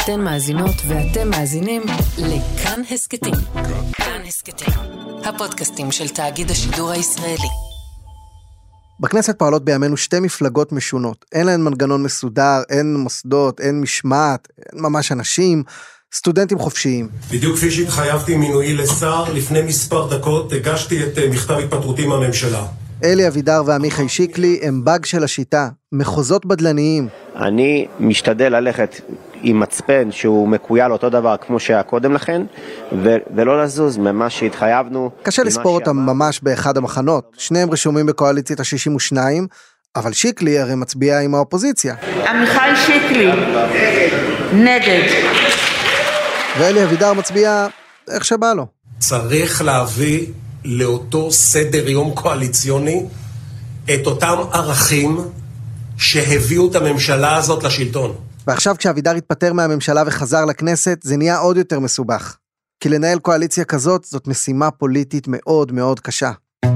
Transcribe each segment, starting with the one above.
אתן מאזינות ואתם מאזינים לכאן הסקטים. כאן הסקטים, הפודקאסטים של תאגיד השידור הישראלי. בכנסת פועלות בימינו שתי מפלגות משונות. אין להן מנגנון מסודר, אין מוסדות, אין משמעת, אין ממש אנשים, סטודנטים חופשיים. בדיוק כפי שהתחייבתי מינויי לשר, לפני מספר דקות הגשתי את מכתב התפטרותי מהממשלה. אלי אבידר ועמיחי שיקלי הם באג של השיטה, מחוזות בדלניים. אני משתדל ללכת עם מצפן שהוא מקוייל אותו דבר כמו שהיה קודם לכן, ולא לזוז ממה שהתחייבנו. קשה לספור אותם ממש באחד המחנות. שניהם רשומים בקואליציית ה-62, אבל שיקלי הרי מצביע עם האופוזיציה. עמיחי שיקלי, נגד. ואלי אבידר מצביע איך שבא לו. צריך להביא לאותו סדר יום קואליציוני את אותם ערכים שהביאו את הממשלה הזאת לשלטון. ועכשיו כשאבידר התפטר מהממשלה וחזר לכנסת, זה נהיה עוד יותר מסובך. כי לנהל קואליציה כזאת, זאת משימה פוליטית מאוד מאוד קשה.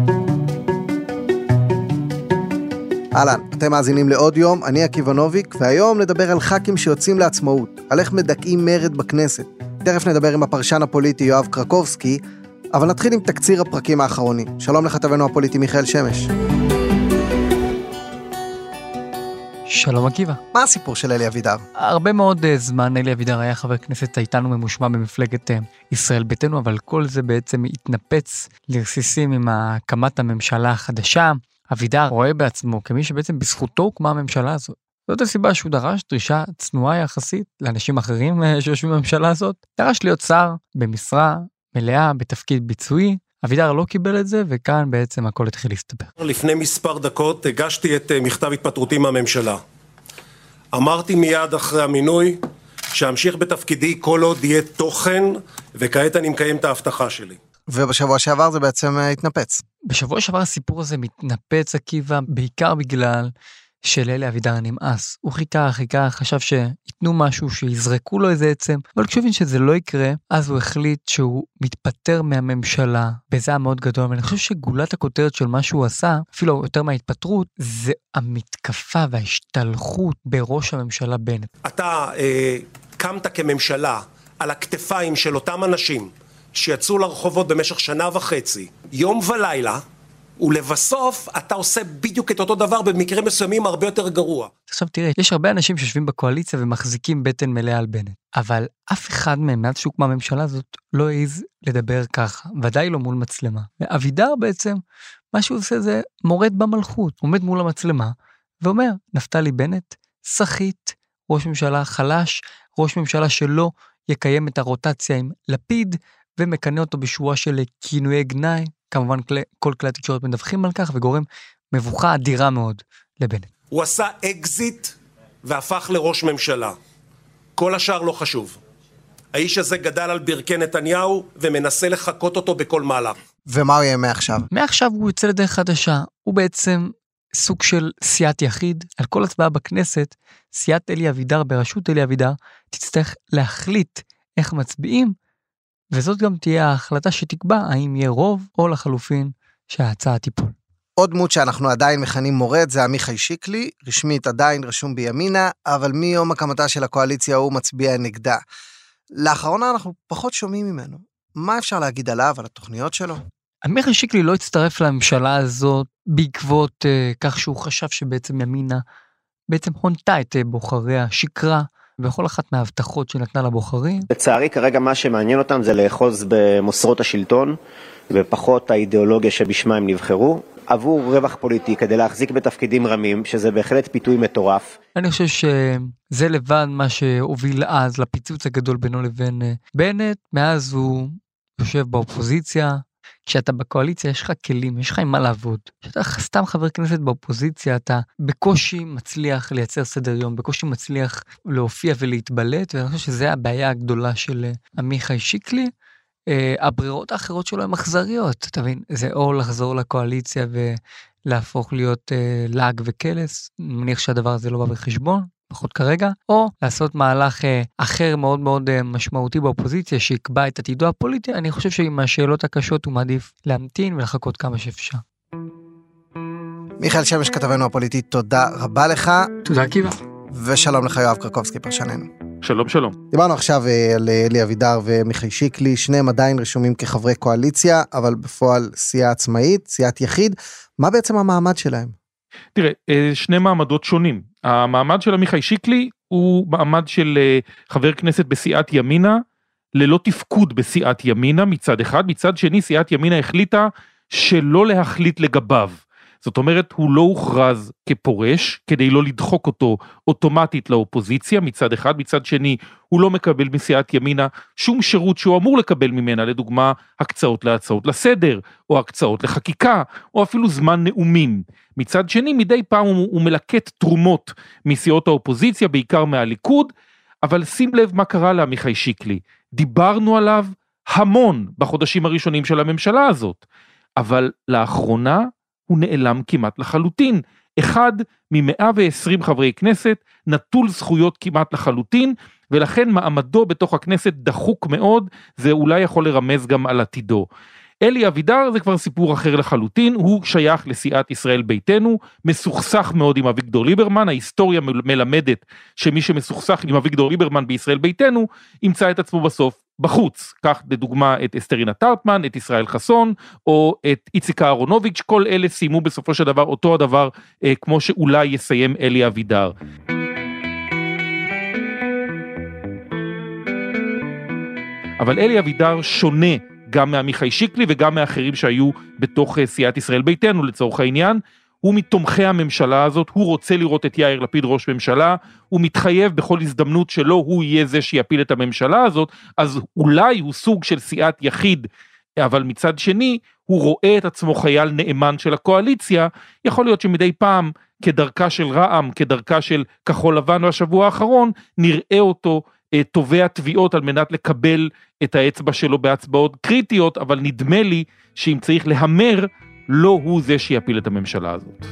אהלן, אתם מאזינים לעוד יום, אני עקיבא נוביק, והיום נדבר על ח"כים שיוצאים לעצמאות, על איך מדכאים מרד בכנסת. תכף נדבר עם הפרשן הפוליטי יואב קרקובסקי, אבל נתחיל עם תקציר הפרקים האחרונים. שלום לכתבנו הפוליטי מיכאל שמש. שלום עקיבא. מה הסיפור של אלי אבידר? הרבה מאוד זמן אלי אבידר היה חבר כנסת איתנו ממושמע במפלגת ישראל ביתנו, אבל כל זה בעצם התנפץ לרסיסים עם הקמת הממשלה החדשה. אבידר רואה בעצמו כמי שבעצם בזכותו הוקמה הממשלה הזאת. זאת הסיבה שהוא דרש דרישה צנועה יחסית לאנשים אחרים שיושבים בממשלה הזאת. דרש להיות שר במשרה מלאה בתפקיד ביצועי. אבידר לא קיבל את זה, וכאן בעצם הכל התחיל להסתבר. לפני מספר דקות הגשתי את מכתב התפטרותי מהממשלה. אמרתי מיד אחרי המינוי שאמשיך בתפקידי כל עוד יהיה תוכן, וכעת אני מקיים את ההבטחה שלי. ובשבוע שעבר זה בעצם התנפץ. בשבוע שעבר הסיפור הזה מתנפץ עקיבא, בעיקר בגלל שלאלי אבידר נמאס. הוא חיכה, חשב שיתנו משהו, שיזרקו לו איזה עצם, אבל כשהוא הבין שזה לא יקרה, אז הוא החליט שהוא מתפטר מהממשלה, בזה מאוד גדול, ואני חושב שגולת הכותרת של מה שהוא עשה, אפילו יותר מההתפטרות, זה המתקפה וההשתלחות בראש הממשלה בנט. אתה קמת כממשלה על הכתפיים של אותם אנשים, שיצאו לרחובות במשך שנה וחצי, יום ולילה, ולבסוף אתה עושה בדיוק את אותו דבר במקרים מסוימים הרבה יותר גרוע. עכשיו תראה, יש הרבה אנשים שיושבים בקואליציה ומחזיקים בטן מלאה על בנט, אבל אף אחד מהם, מאז שהוקמה הממשלה הזאת, לא העז לדבר ככה, ודאי לא מול מצלמה. ואבידר בעצם, מה שהוא עושה זה מורד במלכות, עומד מול המצלמה, ואומר, נפתלי בנט, סחיט, ראש ממשלה חלש, ראש ממשלה שלא יקיים את הרוטציה עם לפיד, ומקנה אותו בשורה של כינויי גנאי, כמובן כל כלי התקשורת מדווחים על כך, וגורם מבוכה אדירה מאוד לבנט. הוא עשה אקזיט והפך לראש ממשלה. כל השאר לא חשוב. האיש הזה גדל על ברכי נתניהו ומנסה לחקות אותו בכל מהלך. ומה הוא יהיה מעכשיו? מעכשיו הוא יוצא לדרך חדשה. הוא בעצם סוג של סיעת יחיד. על כל הצבעה בכנסת, סיעת אלי אבידר בראשות אלי אבידר תצטרך להחליט איך מצביעים, וזאת גם תהיה ההחלטה שתקבע האם יהיה רוב או לחלופין שההצעה תיפול. עוד דמות שאנחנו עדיין מכנים מורד זה עמיחי שיקלי, רשמית עדיין רשום בימינה, אבל מיום הקמתה של הקואליציה הוא מצביע נגדה. לאחרונה אנחנו פחות שומעים ממנו. מה אפשר להגיד עליו, על התוכניות שלו? עמיחי שיקלי לא הצטרף לממשלה הזאת בעקבות כך שהוא חשב שבעצם ימינה בעצם הונתה את בוחריה, שקרה, בכל אחת מההבטחות שנתנה לבוחרים. לצערי כרגע מה שמעניין אותם זה לאחוז במוסרות השלטון, ופחות האידיאולוגיה שבשמה הם נבחרו, עבור רווח פוליטי כדי להחזיק בתפקידים רמים, שזה בהחלט פיתוי מטורף. אני חושב שזה לבד מה שהוביל אז לפיצוץ הגדול בינו לבין בנט, מאז הוא יושב באופוזיציה. כשאתה בקואליציה יש לך כלים, יש לך עם מה לעבוד. כשאתה סתם חבר כנסת באופוזיציה, אתה בקושי מצליח לייצר סדר יום, בקושי מצליח להופיע ולהתבלט, ואני חושב שזו הבעיה הגדולה של עמיחי שיקלי. הברירות האחרות שלו הן אכזריות, אתה מבין? זה או לחזור לקואליציה ולהפוך להיות לעג וקלס, אני מניח שהדבר הזה לא בא בחשבון, פחות כרגע, או לעשות מהלך אחר מאוד מאוד משמעותי באופוזיציה, שיקבע את עתידו הפוליטי. אני חושב שעם השאלות הקשות הוא מעדיף להמתין ולחכות כמה שאפשר. מיכאל שמש כתבנו הפוליטי, תודה רבה לך. תודה עקיבא. ושלום לך יואב קרקובסקי פרשננו. שלום, שלום. דיברנו עכשיו על אלי אבידר ומיכאל שיקלי, שניהם עדיין רשומים כחברי קואליציה, אבל בפועל סיעה עצמאית, סיעת יחיד. מה בעצם המעמד שלהם? תראה, שני מעמדות שונים. המעמד של מיכאל שיקלי הוא מעמד של חבר כנסת בסיעת ימינה, ללא תפקוד בסיעת ימינה מצד אחד, מצד שני סיעת ימינה החליטה שלא להחליט לגביו. זאת אומרת, הוא לא הוכרז כפורש, כדי לא לדחוק אותו אוטומטית לאופוזיציה מצד אחד, מצד שני הוא לא מקבל מסיעת ימינה שום שירות שהוא אמור לקבל ממנה, לדוגמה הקצאות להצעות לסדר, או הקצאות לחקיקה, או אפילו זמן נאומים. מצד שני, מדי פעם הוא מלקט תרומות מסיעות האופוזיציה, בעיקר מהליכוד, אבל שים לב מה קרה לעמיחי שיקלי. דיברנו עליו המון בחודשים הראשונים של הממשלה הזאת, אבל לאחרונה הוא נעלם כמעט לחלוטין. אחד מ-120 חברי כנסת נטול זכויות כמעט לחלוטין, ולכן מעמדו בתוך הכנסת דחוק מאוד, זה אולי יכול לרמז גם על עתידו. אלי אבידר זה כבר סיפור אחר לחלוטין, הוא שייך לסיעת ישראל ביתנו, מסוכסך מאוד עם אביגדור ליברמן, ההיסטוריה מלמדת שמי שמסוכסך עם אביגדור ליברמן בישראל ביתנו, ימצא את עצמו בסוף בחוץ, כך לדוגמה את אסתרינה טרטמן, את ישראל חסון, או את איציק אהרונוביץ', כל אלה סיימו בסופו של דבר אותו הדבר, כמו שאולי יסיים אלי אבידר. אבל אלי אבידר שונה גם מעמיחי שיקלי וגם מאחרים שהיו בתוך סיעת ישראל ביתנו לצורך העניין, הוא מתומכי הממשלה הזאת, הוא רוצה לראות את יאיר לפיד ראש ממשלה, הוא מתחייב בכל הזדמנות שלא הוא יהיה זה שיפיל את הממשלה הזאת, אז אולי הוא סוג של סיעת יחיד, אבל מצד שני הוא רואה את עצמו חייל נאמן של הקואליציה, יכול להיות שמדי פעם כדרכה של רע"מ, כדרכה של כחול לבן והשבוע האחרון, נראה אותו תובע תביעות על מנת לקבל את האצבע שלו בהצבעות קריטיות, אבל נדמה לי שאם צריך להמר, לא הוא זה שיפיל את הממשלה הזאת.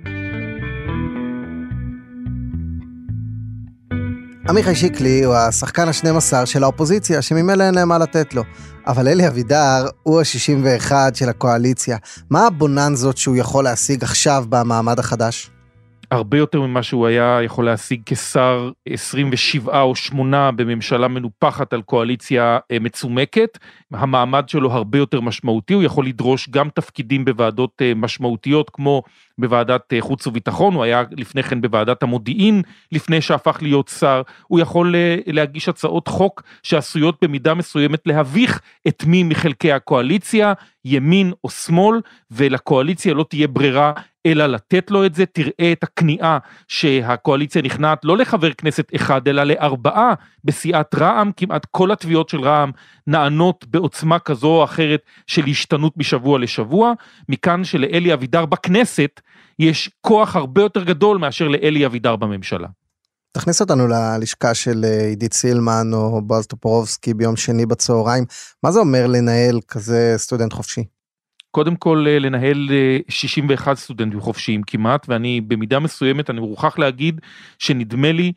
עמיחי שיקלי הוא השחקן ה-12 של האופוזיציה, שממילא אין להם מה לתת לו. אבל אלי אבידר הוא ה-61 של הקואליציה. מה הבוננזות שהוא יכול להשיג עכשיו במעמד החדש? הרבה יותר ממה שהוא היה יכול להשיג כשר 27 או 8 בממשלה מנופחת על קואליציה מצומקת. המעמד שלו הרבה יותר משמעותי, הוא יכול לדרוש גם תפקידים בוועדות משמעותיות כמו בוועדת חוץ וביטחון, הוא היה לפני כן בוועדת המודיעין, לפני שהפך להיות שר, הוא יכול להגיש הצעות חוק שעשויות במידה מסוימת להביך את מי מחלקי הקואליציה, ימין או שמאל, ולקואליציה לא תהיה ברירה אלא לתת לו את זה. תראה את הכניעה שהקואליציה נכנעת לא לחבר כנסת אחד אלא ל4 בסיעת רע"מ, כמעט כל התביעות של רע"מ נענות בעוצמה כזו או אחרת של השתנות משבוע לשבוע, מכאן שלאלי אבידר בכנסת יש כוח הרבה יותר גדול מאשר לאלי אבידר בממשלה. תכניס אותנו ללשכה של עידית סילמן או בועז טופורובסקי ביום שני בצהריים, מה זה אומר לנהל כזה סטודנט חופשי? קודם כל לנהל 61 סטודנטים חופשיים כמעט, ואני במידה מסוימת, אני מוכרח להגיד שנדמה לי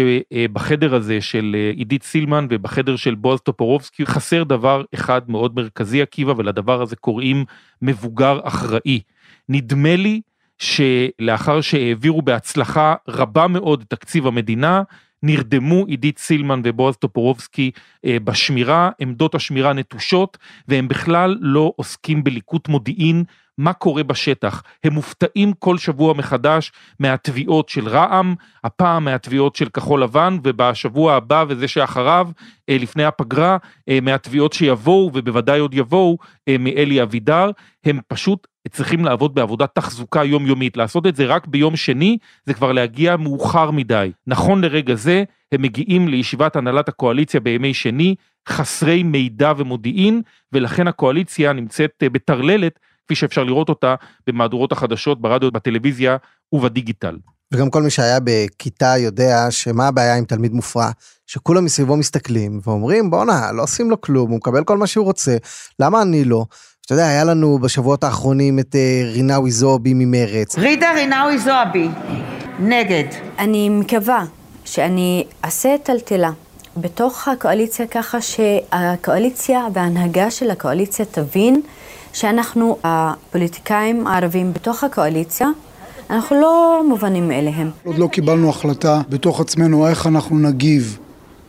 שבחדר הזה של עידית סילמן ובחדר של בועז טופורובסקי חסר דבר אחד מאוד מרכזי עקיבא, ולדבר הזה קוראים מבוגר אחראי. נדמה לי שלאחר שהעבירו בהצלחה רבה מאוד תקציב המדינה, נרדמו עידית סילמן ובועז טופורובסקי בשמירה, עמדות השמירה נטושות, והם בכלל לא עוסקים בליקוט מודיעין, מה קורה בשטח. הם מופתעים כל שבוע מחדש מהתביעות של רע"מ, הפעם מהתביעות של כחול לבן, ובשבוע הבא וזה שאחריו, לפני הפגרה, מהתביעות שיבואו, ובוודאי עוד יבואו, מאלי אבידר. הם פשוט צריכים לעבוד בעבודת תחזוקה יומיומית, לעשות את זה רק ביום שני, זה כבר להגיע מאוחר מדי. נכון לרגע זה, הם מגיעים לישיבת הנהלת הקואליציה בימי שני, חסרי מידע ומודיעין, ולכן הקואליציה נמצאת בתרללת, כפי שאפשר לראות אותה במהדורות החדשות, ברדיו, בטלוויזיה ובדיגיטל. וגם כל מי שהיה בכיתה יודע שמה הבעיה עם תלמיד מופרע, שכולם מסביבו מסתכלים ואומרים, בוא'נה, לא עושים לו כלום, הוא מקבל כל מה שהוא רוצה, למה אני לא? אתה יודע, היה לנו בשבועות האחרונים את רינאוי זועבי ממרץ. ג'ידא רינאוי זועבי, נגד. אני מקווה שאני אעשה טלטלה בתוך הקואליציה, ככה שהקואליציה וההנהגה של הקואליציה תבין שאנחנו הפוליטיקאים הערבים בתוך הקואליציה, אנחנו לא מובנים מאליהם. עוד לא קיבלנו החלטה בתוך עצמנו איך אנחנו נגיב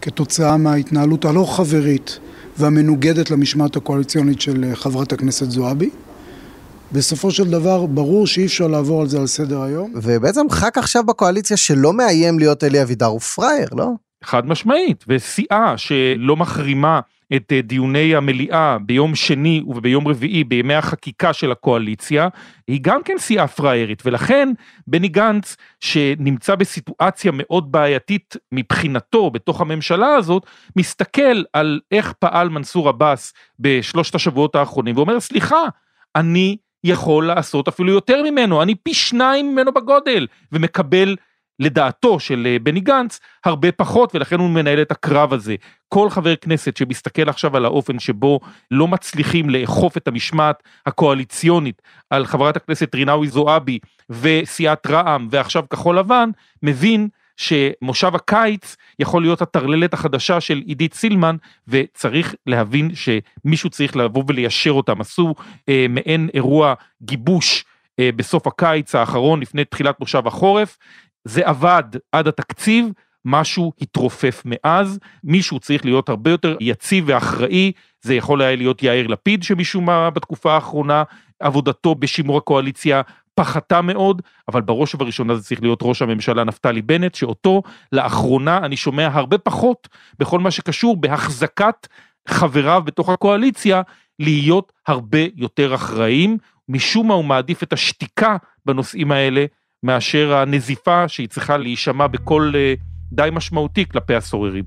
כתוצאה מההתנהלות הלא חברית והמנוגדת למשמעת הקואליציונית של חברת הכנסת זועבי. בסופו של דבר ברור שאי אפשר לעבור על זה על סדר היום. ובעצם ח"כ עכשיו בקואליציה שלא מאיים להיות אלי אבידר הוא פרייר, לא? חד משמעית, וסיעה שלא מחרימה את דיוני המליאה ביום שני וביום רביעי בימי החקיקה של הקואליציה, היא גם כן סיעה פריירית, ולכן בני גנץ שנמצא בסיטואציה מאוד בעייתית מבחינתו בתוך הממשלה הזאת, מסתכל על איך פעל מנסור עבאס בשלושת השבועות האחרונים, ואומר סליחה, אני יכול לעשות אפילו יותר ממנו, אני פי 2 ממנו בגודל, ומקבל לדעתו של בני גנץ הרבה פחות, ולכן הוא מנהל את הקרב הזה. כל חבר כנסת שמסתכל עכשיו על האופן שבו לא מצליחים לאכוף את המשמעת הקואליציונית על חברת הכנסת רינאוי זועבי וסיעת רע"מ ועכשיו כחול לבן, מבין שמושב הקיץ יכול להיות הטרללת החדשה של עידית סילמן, וצריך להבין שמישהו צריך לבוא וליישר אותם. עשו מעין אירוע גיבוש בסוף הקיץ האחרון לפני תחילת מושב החורף, זה עבד עד התקציב, משהו התרופף מאז, מישהו צריך להיות הרבה יותר יציב ואחראי, זה יכול היה להיות יאיר לפיד שמשום מה בתקופה האחרונה, עבודתו בשימור הקואליציה פחתה מאוד, אבל בראש ובראשונה זה צריך להיות ראש הממשלה נפתלי בנט, שאותו לאחרונה אני שומע הרבה פחות בכל מה שקשור בהחזקת חבריו בתוך הקואליציה, להיות הרבה יותר אחראיים, משום מה הוא מעדיף את השתיקה בנושאים האלה, מאשר הנזיפה שהיא צריכה להישמע בכל די משמעותי כלפי הסוררים.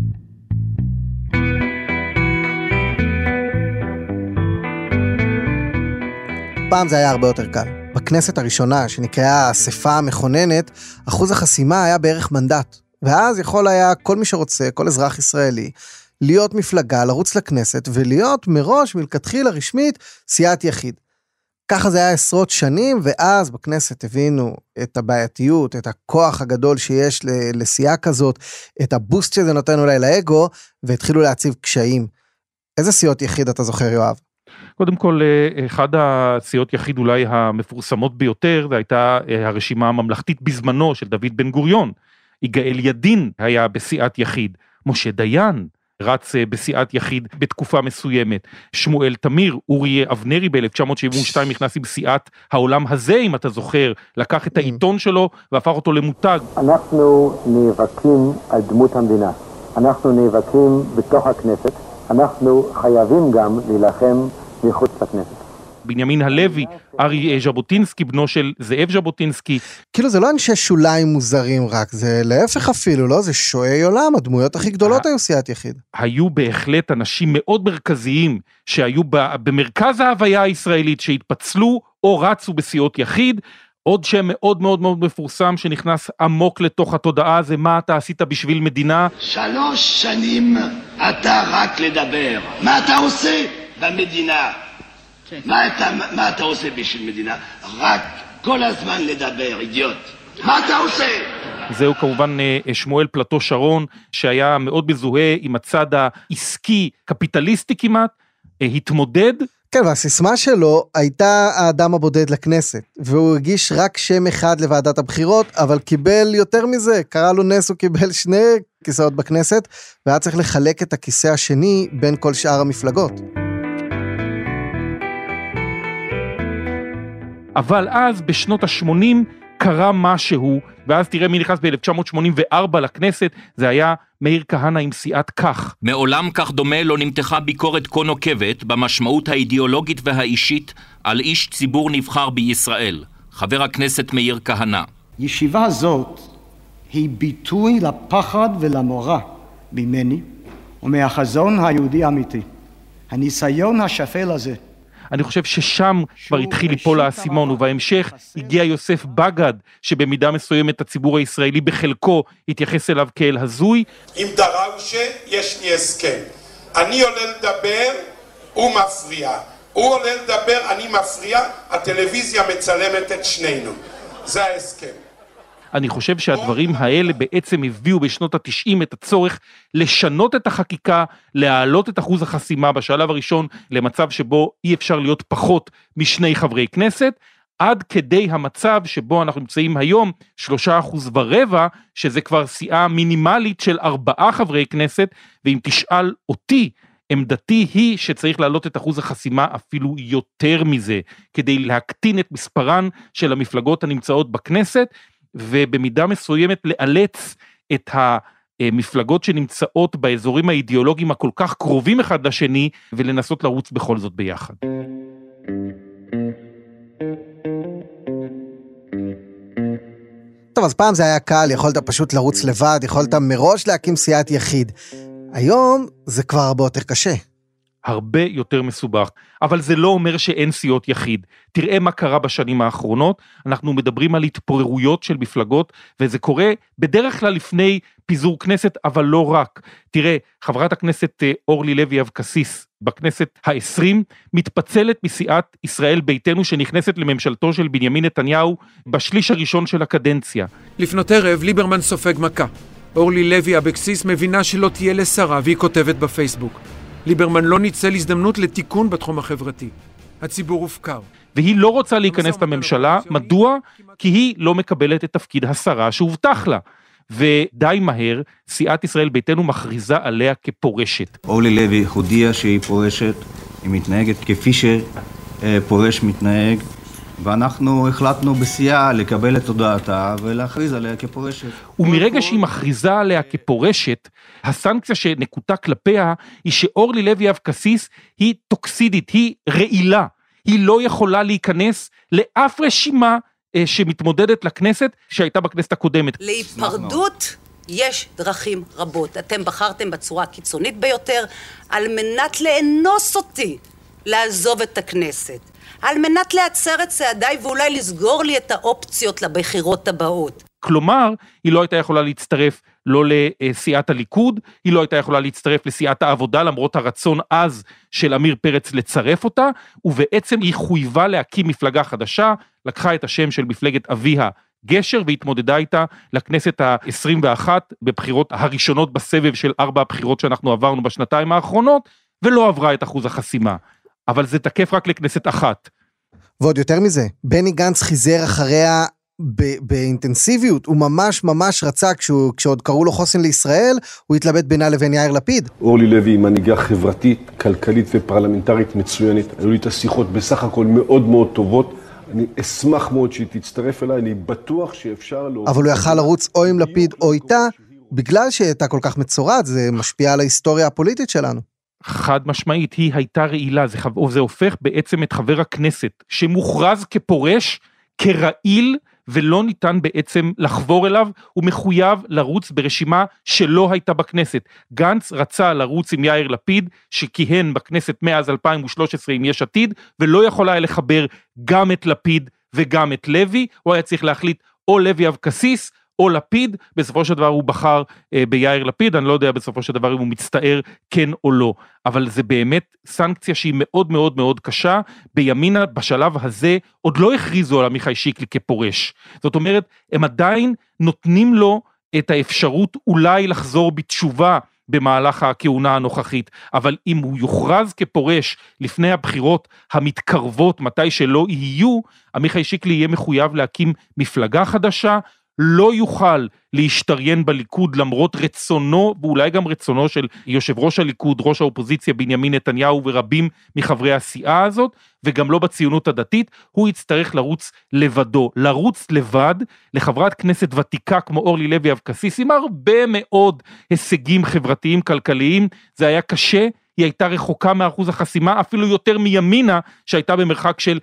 פעם זה היה הרבה יותר קל. בכנסת הראשונה, שנקראה האספה המכוננת, אחוז החסימה היה בערך מנדט. ואז יכול היה כל מי שרוצה, כל אזרח ישראלי, להיות מפלגה, לרוץ לכנסת, ולהיות מראש מלכתחילה רשמית סיעת יחיד. ככה זה היה עשרות שנים, ואז בכנסת הבינו את הבעייתיות, את הכוח הגדול שיש לסיעה כזאת, את הבוסט שזה נותן אולי לאגו, והתחילו להציב קשיים. איזה סיעות יחיד אתה זוכר, יואב? קודם כל, אחד הסיעות יחיד אולי המפורסמות ביותר, זה הייתה הרשימה הממלכתית בזמנו של דוד בן גוריון. יגאל ידין היה בסיעת יחיד, משה דיין רץ בסיעת יחיד בתקופה מסוימת, שמואל תמיר, אורי אבנרי ב-1972 נכנס עם סיעת העולם הזה, אם אתה זוכר, לקח את העיתון שלו והפך אותו למותג. אנחנו נאבקים על דמות המדינה, אנחנו נאבקים בתוך הכנסת, אנחנו חייבים גם להילחם מחוץ לכנסת. בנימין הלוי, ארי ז'בוטינסקי, בנו של זאב ז'בוטינסקי. כאילו זה לא אנשי שוליים מוזרים רק, זה להפך אפילו, לא? זה שועי עולם, הדמויות הכי גדולות היו סיעת יחיד. היו בהחלט אנשים מאוד מרכזיים, שהיו במרכז ההוויה הישראלית, שהתפצלו או רצו בסיעות יחיד. עוד שם מאוד מאוד מאוד מפורסם שנכנס עמוק לתוך התודעה, זה מה אתה עשית בשביל מדינה. 3 שנים אתה רק לדבר. מה אתה עושה במדינה? מה אתה עושה בשביל מדינה? רק כל הזמן לדבר, אידיוט. מה אתה עושה? זהו כמובן שמואל פלטו שרון, שהיה מאוד מזוהה עם הצד העסקי, קפיטליסטי כמעט, התמודד. כן, והסיסמה שלו הייתה האדם הבודד לכנסת, והוא הגיש רק שם אחד לוועדת הבחירות, אבל קיבל יותר מזה, קרא לו נס, הוא קיבל 2 כיסאות בכנסת, והיה צריך לחלק את הכיסא השני בין כל שאר המפלגות. אבל אז בשנות ה-80 קרה משהו, ואז תראה מי נכנס ב-1984 לכנסת, זה היה מאיר כהנא עם סיעת כך. מעולם כך דומה לא נמתחה ביקורת כה נוקבת במשמעות האידיאולוגית והאישית על איש ציבור נבחר בישראל, חבר הכנסת מאיר כהנא. ישיבה זאת היא ביטוי לפחד ולמורא ממני ומהחזון היהודי האמיתי. הניסיון השפל הזה, אני חושב ששם כבר התחיל ליפול האסימון, ובהמשך הגיע יוסף בגד, שבמידה מסוימת הציבור הישראלי בחלקו התייחס אליו כאל הזוי. עם דראושה יש לי הסכם. אני עולה לדבר, הוא מפריע. הוא עולה לדבר, אני מפריע, הטלוויזיה מצלמת את שנינו. זה ההסכם. אני חושב שהדברים האלה בעצם הביאו בשנות ה-90 את הצורך לשנות את החקיקה, להעלות את אחוז החסימה בשלב הראשון למצב שבו אי אפשר להיות פחות מ2 חברי כנסת, עד כדי המצב שבו אנחנו נמצאים היום 3.25%, שזה כבר סיעה מינימלית של 4 חברי כנסת, ואם תשאל אותי, עמדתי היא שצריך להעלות את אחוז החסימה אפילו יותר מזה, כדי להקטין את מספרן של המפלגות הנמצאות בכנסת, ובמידה מסוימת לאלץ את המפלגות שנמצאות באזורים האידיאולוגיים הכל כך קרובים אחד לשני, ולנסות לרוץ בכל זאת ביחד. טוב, אז פעם זה היה קל, יכולת פשוט לרוץ לבד, יכולת מראש להקים סיעת יחיד. היום זה כבר הרבה יותר קשה. הרבה יותר מסובך, אבל זה לא אומר שאין סיעות יחיד. תראה מה קרה בשנים האחרונות, אנחנו מדברים על התפוררויות של מפלגות, וזה קורה בדרך כלל לפני פיזור כנסת, אבל לא רק. תראה, חברת הכנסת אורלי לוי אבקסיס, בכנסת ה-20, מתפצלת מסיעת ישראל ביתנו, שנכנסת לממשלתו של בנימין נתניהו, בשליש הראשון של הקדנציה. לפנות ערב, ליברמן סופג מכה. אורלי לוי אבקסיס מבינה שלא תהיה לשרה, והיא כותבת בפייסבוק. ליברמן לא ניצל הזדמנות לתיקון בתחום החברתי. הציבור הופקר. והיא לא רוצה להיכנס לממשלה, מדוע? כי היא לא מקבלת את תפקיד השרה שהובטח לה. ודי מהר, סיעת ישראל ביתנו מכריזה עליה כפורשת. אורלי לוי הודיעה שהיא פורשת, היא מתנהגת כפי שפורש מתנהג, ואנחנו החלטנו בסיעה לקבל את הודעתה ולהכריז עליה כפורשת. ומרגע שהיא מכריזה עליה כפורשת, הסנקציה שנקוטה כלפיה היא שאורלי לוי אבקסיס היא טוקסידית, היא רעילה. היא לא יכולה להיכנס לאף רשימה שמתמודדת לכנסת שהייתה בכנסת הקודמת. להיפרדות יש דרכים רבות. אתם בחרתם בצורה הקיצונית ביותר על מנת לאנוס אותי לעזוב את הכנסת. על מנת לעצר את צעדיי ואולי לסגור לי את האופציות לבחירות הבאות. כלומר, היא לא הייתה יכולה להצטרף לא לסיעת הליכוד, היא לא הייתה יכולה להצטרף לסיעת העבודה, למרות הרצון אז של אמיר פרץ לצרף אותה, ובעצם היא חויבה להקים מפלגה חדשה, לקחה את השם של מפלגת אביה גשר, והתמודדה איתה לכנסת ה-21, בבחירות הראשונות בסבב של 4 הבחירות שאנחנו עברנו בשנתיים האחרונות, ולא עברה את אחוז החסימה. אבל זה תקף רק לכנסת אחת. ועוד יותר מזה, בני גנץ חיזר אחריה באינטנסיביות, הוא ממש רצה, כשעוד קראו לו חוסן לישראל, הוא התלבט בינה לבין יאיר לפיד. אורלי לוי היא מנהיגה חברתית, כלכלית ופרלמנטרית מצוינת, היו לי את השיחות בסך הכל מאוד טובות, אני אשמח מאוד שהיא תצטרף אליי, אני בטוח שאפשר לו... אבל הוא יכל לרוץ או עם לפיד או איתה, בגלל שהיא הייתה כל כך מצורת, זה משפיע על ההיסטוריה הפוליטית שלנו. חד משמעית, היא הייתה רעילה, זה הופך בעצם את חבר הכנסת, שמוכרז כפורש, כרעיל, ולא ניתן בעצם לחבור אליו, הוא מחויב לרוץ ברשימה שלא הייתה בכנסת. גנץ רצה לרוץ עם יאיר לפיד, שכיהן בכנסת מאז 2013 עם יש עתיד, ולא יכול היה לחבר גם את לפיד וגם את לוי, הוא היה צריך להחליט או לוי אבקסיס, או לפיד, בסופו של דבר הוא בחר ביאיר לפיד, אני לא יודע בסופו של דבר אם הוא מצטער כן או לא, אבל זה באמת סנקציה שהיא מאוד קשה, בימינה בשלב הזה עוד לא הכריזו על עמיחי שיקלי כפורש, זאת אומרת, הם עדיין נותנים לו את האפשרות אולי לחזור בתשובה, במהלך הכהונה הנוכחית, אבל אם הוא יוכרז כפורש לפני הבחירות המתקרבות, מתי שלא יהיו, עמיחי שיקלי יהיה מחויב להקים מפלגה חדשה, לא יוכל להשתריין בליכוד למרות רצונו, ואולי גם רצונו של יושב ראש הליכוד, ראש האופוזיציה בנימין נתניהו ורבים מחברי הסיעה הזאת, וגם לא בציונות הדתית, הוא יצטרך לרוץ לבדו. לרוץ לבד לחברת כנסת ותיקה כמו אורלי לוי אבקסיס, עם הרבה מאוד הישגים חברתיים כלכליים, זה היה קשה, היא הייתה רחוקה מאחוז החסימה, אפילו יותר מימינה, שהייתה במרחק של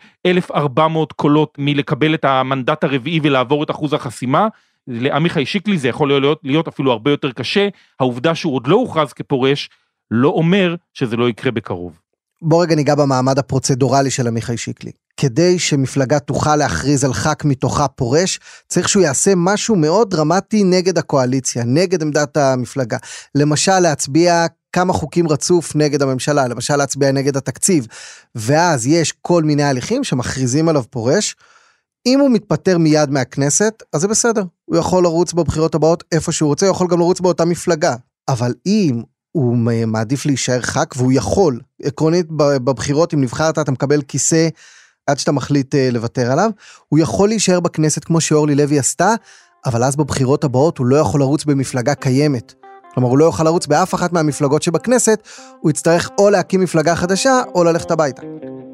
1,400 קולות מלקבל את המנדט הרביעי ולעבור את אחוז החסימה. לעמיחי שיקלי זה יכול להיות אפילו הרבה יותר קשה, העובדה שהוא עוד לא הוכרז כפורש, לא אומר שזה לא יקרה בקרוב. בוא רגע ניגע במעמד הפרוצדורלי של עמיחי שיקלי. כדי שמפלגה תוכל להכריז על ח"כ מתוכה פורש, צריך שהוא יעשה משהו מאוד דרמטי נגד הקואליציה, נגד עמדת המפלגה. למשל להצביע כמה חוקים רצוף נגד הממשלה, למשל להצביע נגד התקציב, ואז יש כל מיני הליכים שמכריזים עליו פורש. אם הוא מתפטר מיד מהכנסת, אז זה בסדר, הוא יכול לרוץ בבחירות הבאות איפה שהוא רוצה, הוא יכול גם לרוץ באותה מפלגה, אבל אם הוא מעדיף להישאר ח"כ, והוא יכול, עקרונית בבחירות, אם נבחרת אתה מקבל כיסא עד שאתה מחליט לוותר עליו, הוא יכול להישאר בכנסת כמו שאורלי לוי עשתה, אבל אז בבחירות הבאות הוא לא יכול לרוץ במפלגה קיימת. כלומר, הוא לא יוכל לרוץ באף אחת מהמפלגות שבכנסת, הוא יצטרך או להקים מפלגה חדשה, או ללכת הביתה.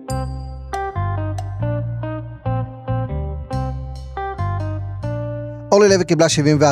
אורלי לוי קיבלה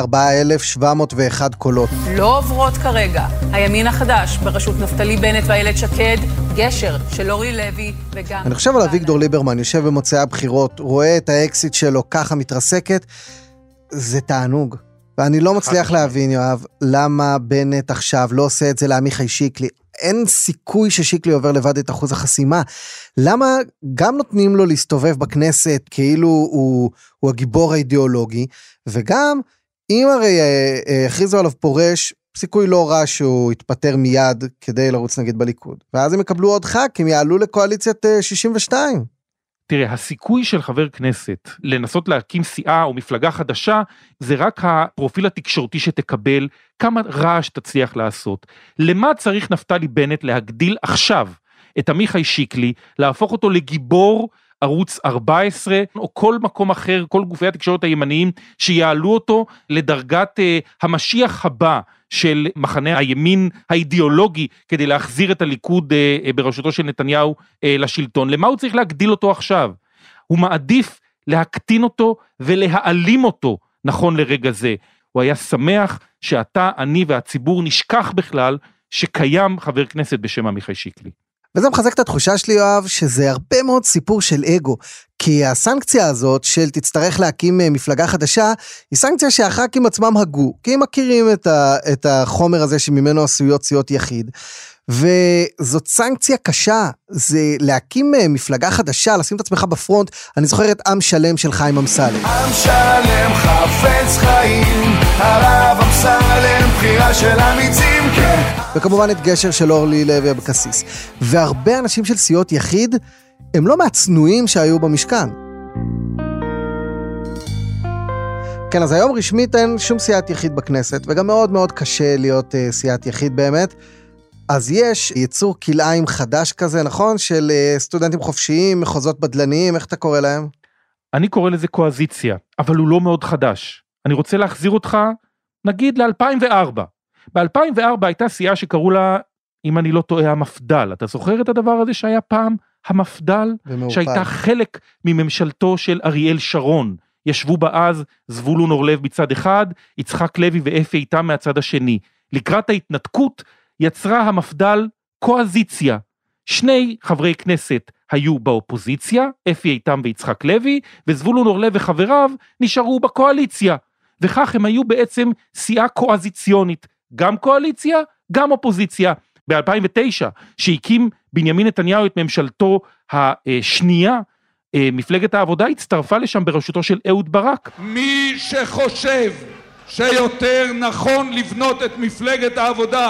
74,701 קולות. לא עוברות כרגע. הימין החדש, בראשות נפתלי בנט ואיילת שקד, גשר של אורלי לוי וגם... אני חושב על אביגדור ליברמן, יושב במוצאי הבחירות, רואה את האקסיט שלו ככה מתרסקת, זה תענוג. ואני לא מצליח להבין, יואב, למה בנט עכשיו לא עושה את זה לעמיחי שיקלי. אין סיכוי ששיקלי עובר לבד את אחוז החסימה. למה גם נותנים לו להסתובב בכנסת כאילו הוא הגיבור האידיאולוגי, וגם אם הרי הכריזו עליו פורש, סיכוי לא רע שהוא יתפטר מיד כדי לרוץ נגיד בליכוד. ואז הם יקבלו עוד ח"כ, הם יעלו לקואליציית 62. תראה, הסיכוי של חבר כנסת לנסות להקים סיעה או מפלגה חדשה, זה רק הפרופיל התקשורתי שתקבל, כמה רעש תצליח לעשות. למה צריך נפתלי בנט להגדיל עכשיו את עמיחי שיקלי, להפוך אותו לגיבור ערוץ 14, או כל מקום אחר, כל גופי התקשורת הימניים, שיעלו אותו לדרגת המשיח הבא של מחנה הימין האידיאולוגי, כדי להחזיר את הליכוד בראשותו של נתניהו לשלטון. למה הוא צריך להגדיל אותו עכשיו? הוא מעדיף להקטין אותו ולהעלים אותו, נכון לרגע זה. הוא היה שמח שאתה, אני והציבור נשכח בכלל שקיים חבר כנסת בשם עמיחי שיקלי. וזה מחזק את התחושה שלי, יואב, שזה הרבה מאוד סיפור של אגו, כי הסנקציה הזאת של תצטרך להקים מפלגה חדשה, היא סנקציה שהח"כים עצמם הגו, כי הם מכירים את החומר הזה שממנו עשויות סיעות יחיד, וזאת סנקציה קשה, זה להקים מפלגה חדשה, לשים את עצמך בפרונט. אני זוכר את עם שלם של חיים אמסלם. עם שלם חפץ חיים, הרב אמסלם, בחירה של אמיצים, כן. וכמובן את גשר של אורלי לוי אבקסיס. והרבה אנשים של סיעות יחיד, הם לא מהצנועים שהיו במשכן. כן, אז היום רשמית אין שום סיעת יחיד בכנסת, וגם מאוד מאוד קשה להיות סיעת יחיד באמת. אז יש יצור כלאיים חדש כזה, נכון? של סטודנטים חופשיים, מחוזות בדלניים, איך אתה קורא להם? אני קורא לזה קואזיציה, אבל הוא לא מאוד חדש. אני רוצה להחזיר אותך, נגיד ל-2004. ב-2004 הייתה סיעה שקראו לה, אם אני לא טועה, המפדל. אתה זוכר את הדבר הזה שהיה פעם המפדל? שהייתה חלק מממשלתו של אריאל שרון. ישבו בה אז זבולון אורלב מצד אחד, יצחק לוי ואפי איתם מהצד השני. לקראת ההתנתקות, יצרה המפדל קואזיציה. שני חברי כנסת היו באופוזיציה, אפי איתם ויצחק לוי, וזבולון אורלב וחבריו נשארו בקואליציה. וכך הם היו בעצם סיעה קואזיציונית, גם קואליציה, גם אופוזיציה. ב-2009, שהקים בנימין נתניהו את ממשלתו השנייה, מפלגת העבודה הצטרפה לשם בראשותו של אהוד ברק. מי שחושב שיותר נכון לבנות את מפלגת העבודה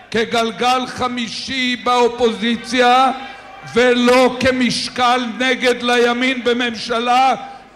כגלגל חמישי באופוזיציה ולא כמשקל נגד לימין בממשלה,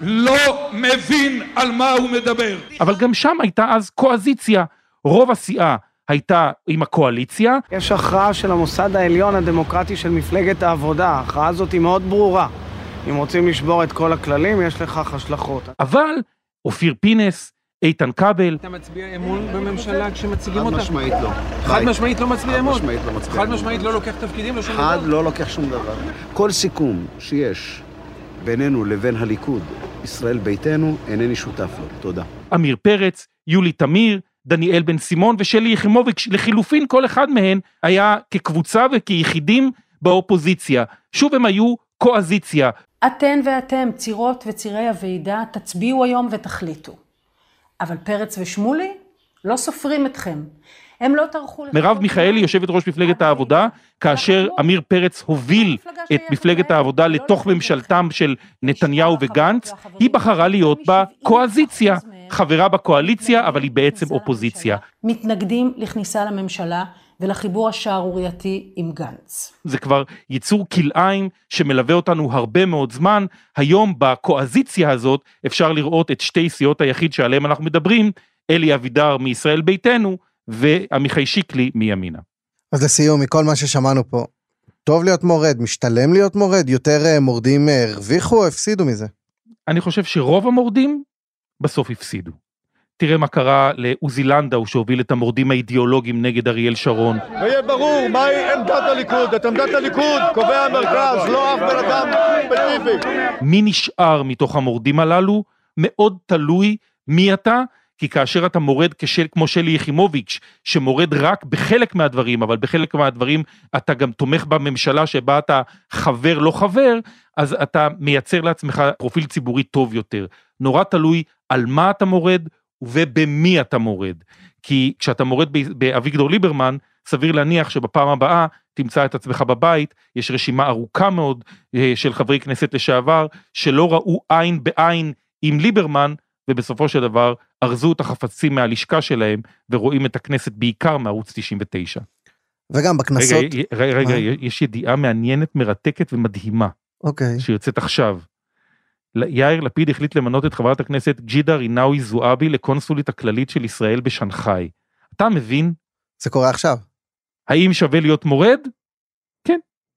לא מבין על מה הוא מדבר. אבל גם שם הייתה אז קואזיציה, רוב הסיעה הייתה עם הקואליציה. יש הכרעה של המוסד העליון הדמוקרטי של מפלגת העבודה, ההכרעה הזאת היא מאוד ברורה. אם רוצים לשבור את כל הכללים, יש לכך השלכות. אבל אופיר פינס, איתן כבל. אתה מצביע אמון בממשלה כשמציגים אותה? חד משמעית לא. חד משמעית לא מצביע אמון? חד משמעית לא מצביע חד אמון. משמעית לא לוקח תפקידים? חד לא לוקח שום דבר. כל סיכום שיש בינינו לבין הליכוד, ישראל ביתנו, אינני שותף לו. תודה. אמיר פרץ, יולי תמיר, דניאל בן סימון ושלי יחימוביץ', לחילופין כל אחד מהן היה כקבוצה וכיחידים באופוזיציה. שוב הם היו קואזיציה. אתן ואתם, צירות וצירי הוועידה, תצביעו היום ותחליטו. אבל פרץ ושמולי לא סופרים אתכם. הם לא טרחו... מרב מיכאלי יושבת ראש מפלגת העבודה, כאשר אמיר פרץ הוביל את מפלגת העבודה לתוך ממשלתם של נתניהו וגנץ, היא בחרה להיות בקואזיציה, חברה בקואליציה, אבל היא בעצם אופוזיציה. מתנגדים לכניסה לממשלה ולחיבור השערורייתי עם גנץ. זה כבר ייצור כלאיים שמלווה אותנו הרבה מאוד זמן. היום בקואזיציה הזאת אפשר לראות את שתי סיעות היחיד שעליהם אנחנו מדברים, אלי אבידר מישראל ביתנו ועמיחי שיקלי מימינה. אז לסיום, מכל מה ששמענו פה, טוב להיות מורד, משתלם להיות מורד, יותר מורדים הרוויחו או הפסידו מזה? אני חושב שרוב המורדים בסוף הפסידו. תראה מה קרה לעוזי לנדאו שהוביל את המורדים האידיאולוגיים נגד אריאל שרון. ויהיה ברור מהי עמדת הליכוד. את עמדת הליכוד קובע המרכז, לא אף בן אדם ספציפי. מי נשאר מתוך המורדים הללו? מאוד תלוי מי אתה, כי כאשר אתה מורד כמו שלי יחימוביץ', שמורד רק בחלק מהדברים, אבל בחלק מהדברים אתה גם תומך בממשלה שבה אתה חבר לא חבר, אז אתה מייצר לעצמך פרופיל ציבורי טוב יותר. נורא תלוי על מה אתה מורד ובמי אתה מורד. כי כשאתה מורד באביגדור ליברמן, סביר להניח שבפעם הבאה תמצא את עצמך בבית, יש רשימה ארוכה מאוד של חברי כנסת לשעבר, שלא ראו עין בעין עם ליברמן, ובסופו של דבר ארזו את החפצים מהלשכה שלהם, ורואים את הכנסת בעיקר מערוץ 99. וגם בכנסות... רגע, יש ידיעה מעניינת, מרתקת ומדהימה. אוקיי. שיוצאת עכשיו. יאיר לפיד החליט למנות את חברת הכנסת ג'ידה רינאוי זועבי לקונסולית הכללית של ישראל בשנחאי. אתה מבין? זה קורה עכשיו. האם שווה להיות מורד? כן.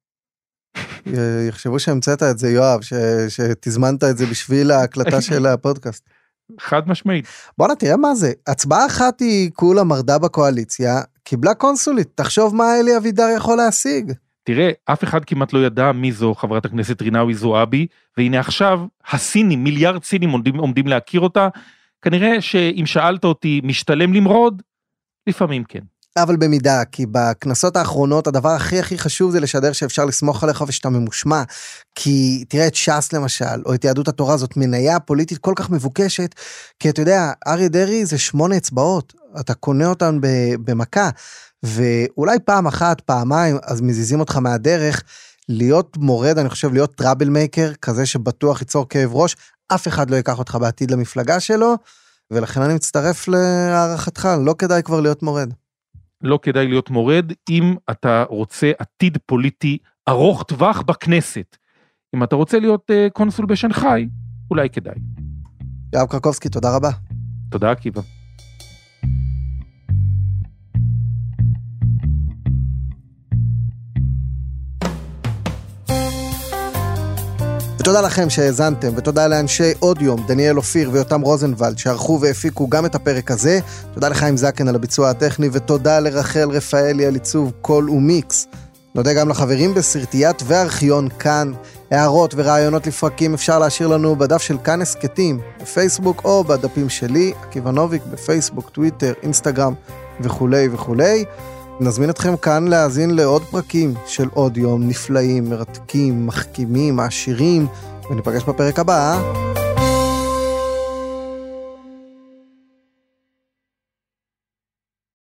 יחשבו שהמצאת את זה, יואב, שתזמנת את זה בשביל ההקלטה של הפודקאסט. חד משמעית. בוא נתראה מה זה. הצבעה אחת היא כולה מרדה בקואליציה, קיבלה קונסולית, תחשוב מה אלי אבידר יכול להשיג. תראה, אף אחד כמעט לא ידע מי זו חברת הכנסת רינאוי זועבי, והנה עכשיו הסינים, מיליארד סינים עומדים להכיר אותה, כנראה שאם שאלת אותי משתלם למרוד, לפעמים כן. אבל במידה, כי בכנסות האחרונות הדבר הכי חשוב זה לשדר שאפשר לסמוך עליך ושאתה ממושמע, כי תראה את ש"ס למשל, או את יהדות התורה, זאת מניה פוליטית כל כך מבוקשת, כי אתה יודע, אריה דרעי זה 8 אצבעות, אתה קונה אותן במכה, ואולי פעם אחת, פעמיים, אז מזיזים אותך מהדרך, להיות מורד, אני חושב, להיות טראבל מייקר, כזה שבטוח ייצור כאב ראש, אף אחד לא ייקח אותך בעתיד למפלגה שלו, ולכן אני מצטרף להערכתך, לא כדאי כבר להיות מורד. לא כדאי להיות מורד, אם אתה רוצה עתיד פוליטי ארוך טווח בכנסת. אם אתה רוצה להיות קונסול בשנחאי, אולי כדאי. יואב קרקובסקי, תודה רבה. תודה, עקיבא. ותודה לכם שהאזנתם, ותודה לאנשי אודיום, דניאל אופיר ויותם רוזנבלד, שערכו והפיקו גם את הפרק הזה. תודה לחיים זקן על הביצוע הטכני, ותודה לרחל רפאלי על עיצוב קול ומיקס. נודה גם לחברים בסרטיית וארכיון כאן. הערות ורעיונות לפרקים אפשר להשאיר לנו בדף של כאן הסקטים, בפייסבוק או בדפים שלי, עקיבא נוביק, בפייסבוק, טוויטר, אינסטגרם וכו' וכו'. נזמין אתכם כאן להאזין לעוד פרקים של עוד יום נפלאים, מרתקים, מחכימים, עשירים, וניפגש בפרק הבא.